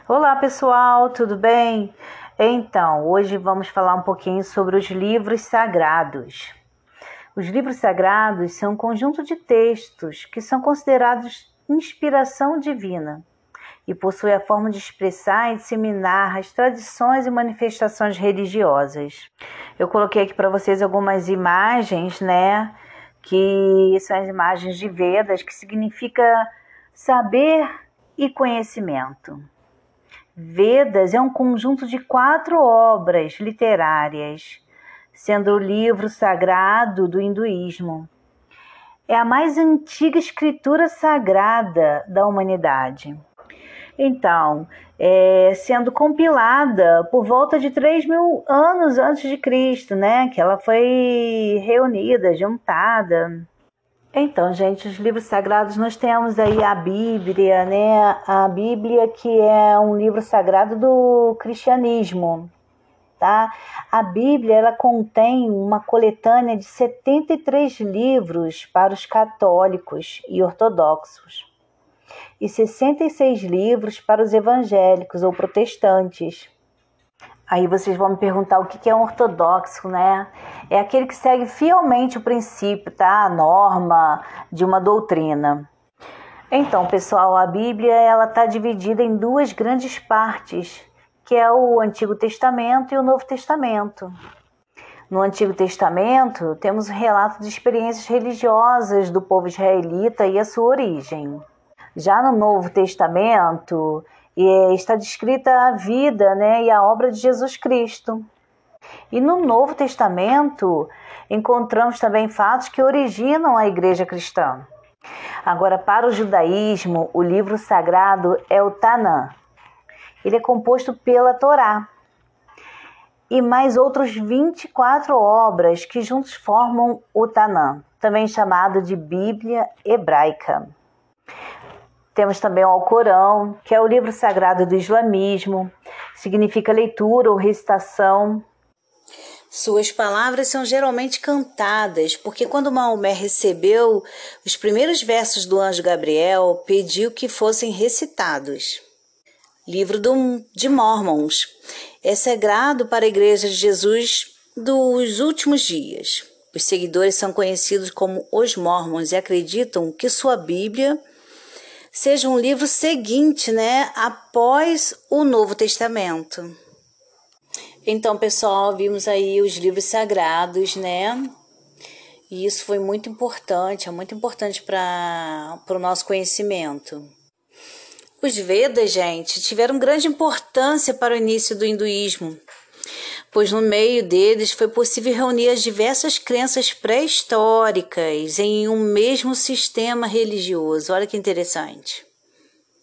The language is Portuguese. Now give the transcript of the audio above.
Olá pessoal, tudo bem? Então, hoje vamos falar um pouquinho sobre os livros sagrados. Os livros sagrados são um conjunto de textos que são considerados inspiração divina e possuem a forma de expressar e disseminar as tradições e manifestações religiosas. Eu coloquei aqui para vocês algumas imagens, que são as imagens de Vedas, que significa saber e conhecimento. Vedas é um conjunto de 4 obras literárias, sendo o livro sagrado do hinduísmo. É a mais antiga escritura sagrada da humanidade. Então, sendo compilada por volta de 3.000 anos antes de Cristo, que ela foi reunida, juntada. Então, gente, os livros sagrados, nós temos aí a Bíblia, A Bíblia, que é um livro sagrado do cristianismo, tá? A Bíblia, ela contém uma coletânea de 73 livros para os católicos e ortodoxos e 66 livros para os evangélicos ou protestantes. Aí vocês vão me perguntar o que é um ortodoxo, É aquele que segue fielmente o princípio, a norma de uma doutrina. Então, pessoal, a Bíblia ela está dividida em 2 grandes partes, que é o Antigo Testamento e o Novo Testamento. No Antigo Testamento, temos o relato de experiências religiosas do povo israelita e a sua origem. Já no Novo Testamento, está descrita a vida, e a obra de Jesus Cristo. E no Novo Testamento, encontramos também fatos que originam a igreja cristã. Agora, para o judaísmo, o livro sagrado é o Tanã. Ele é composto pela Torá e mais outros 24 obras que juntos formam o Tanã, também chamado de Bíblia Hebraica. Temos também o Alcorão, que é o livro sagrado do islamismo, significa leitura ou recitação. Suas palavras são geralmente cantadas, porque quando Maomé recebeu os primeiros versos do anjo Gabriel, pediu que fossem recitados. Livro de Mormons é sagrado para a Igreja de Jesus dos últimos dias. Os seguidores são conhecidos como os Mormons e acreditam que sua Bíblia seja um livro seguinte, após o Novo Testamento. Então, pessoal, vimos aí os livros sagrados, E isso foi muito importante, é muito importante para o nosso conhecimento. Os Vedas, gente, tiveram grande importância para o início do hinduísmo, pois no meio deles foi possível reunir as diversas crenças pré-históricas em um mesmo sistema religioso. Olha que interessante.